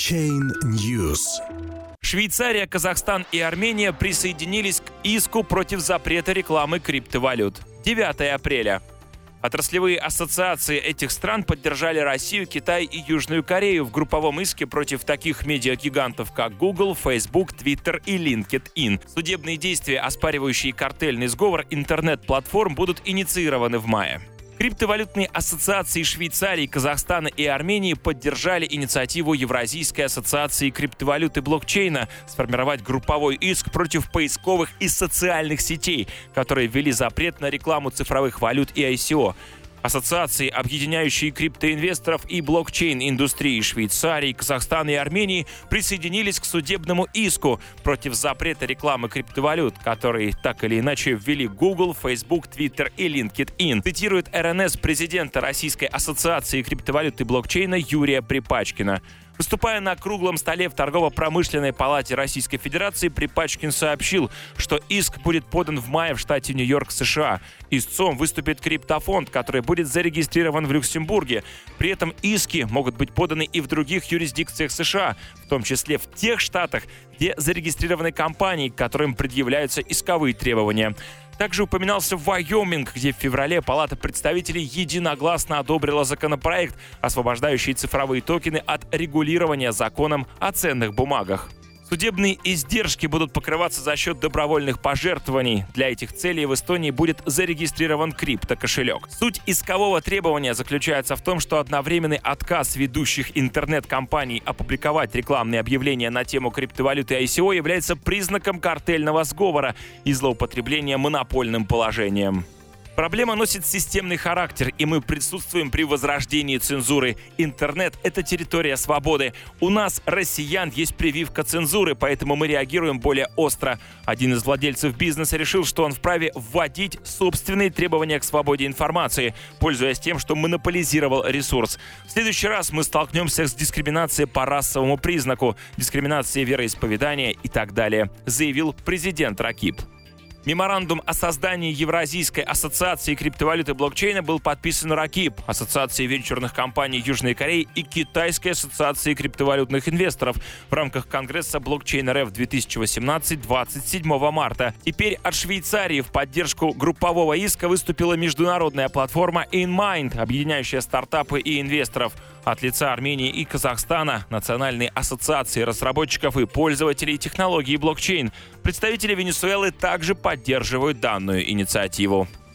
Blockchain News. Швейцария, Казахстан и Армения присоединились к иску против запрета рекламы криптовалют. 9 апреля. Отраслевые ассоциации этих стран поддержали Россию, Китай и Южную Корею в групповом иске против таких медиагигантов, как Google, Facebook, Twitter и LinkedIn. Судебные действия, оспаривающие картельный сговор интернет-платформ, будут инициированы в мае. Криптовалютные ассоциации Швейцарии, Казахстана и Армении поддержали инициативу Евразийской ассоциации криптовалют и блокчейна сформировать групповой иск против поисковых и социальных сетей, которые ввели запрет на рекламу цифровых валют и ICO. Ассоциации, объединяющие криптоинвесторов и блокчейн-индустрии Швейцарии, Казахстана и Армении, присоединились к судебному иску против запрета рекламы криптовалют, которые так или иначе ввели Google, Facebook, Twitter и LinkedIn. Цитирует РНС президента Российской ассоциации криптовалют и блокчейна Юрия Припачкина. Выступая на круглом столе в Торгово-промышленной палате Российской Федерации, Припачкин сообщил, что иск будет подан в мае в штате Нью-Йорк, США. Истцом выступит криптофонд, который будет зарегистрирован в Люксембурге. При этом иски могут быть поданы и в других юрисдикциях США, в том числе в тех штатах, где зарегистрированы компании, к которым предъявляются исковые требования. Также упоминался Вайоминг, где в феврале Палата представителей единогласно одобрила законопроект, освобождающий цифровые токены от регулирования законом о ценных бумагах. Судебные издержки будут покрываться за счет добровольных пожертвований. Для этих целей в Эстонии будет зарегистрирован криптокошелек. Суть искового требования заключается в том, что одновременный отказ ведущих интернет-компаний опубликовать рекламные объявления на тему криптовалюты и ICO является признаком картельного сговора и злоупотребления монопольным положением. Проблема носит системный характер, и мы присутствуем при возрождении цензуры. Интернет — это территория свободы. У нас, россиян, есть прививка цензуры, поэтому мы реагируем более остро. Один из владельцев бизнеса решил, что он вправе вводить собственные требования к свободе информации, пользуясь тем, что монополизировал ресурс. В следующий раз мы столкнемся с дискриминацией по расовому признаку, дискриминацией вероисповедания и так далее, заявил президент РАКИП. Меморандум о создании Евразийской ассоциации криптовалют и блокчейна был подписан РАКИП, Ассоциацией венчурных компаний Южной Кореи и Китайской ассоциацией криптовалютных инвесторов в рамках Конгресса Блокчейн РФ 2018 27 марта. Теперь от Швейцарии в поддержку группового иска выступила международная платформа InMind, объединяющая стартапы и инвесторов. От лица Армении и Казахстана — национальные ассоциации разработчиков и пользователей технологий блокчейн. Представители Венесуэлы также поддерживают данную инициативу.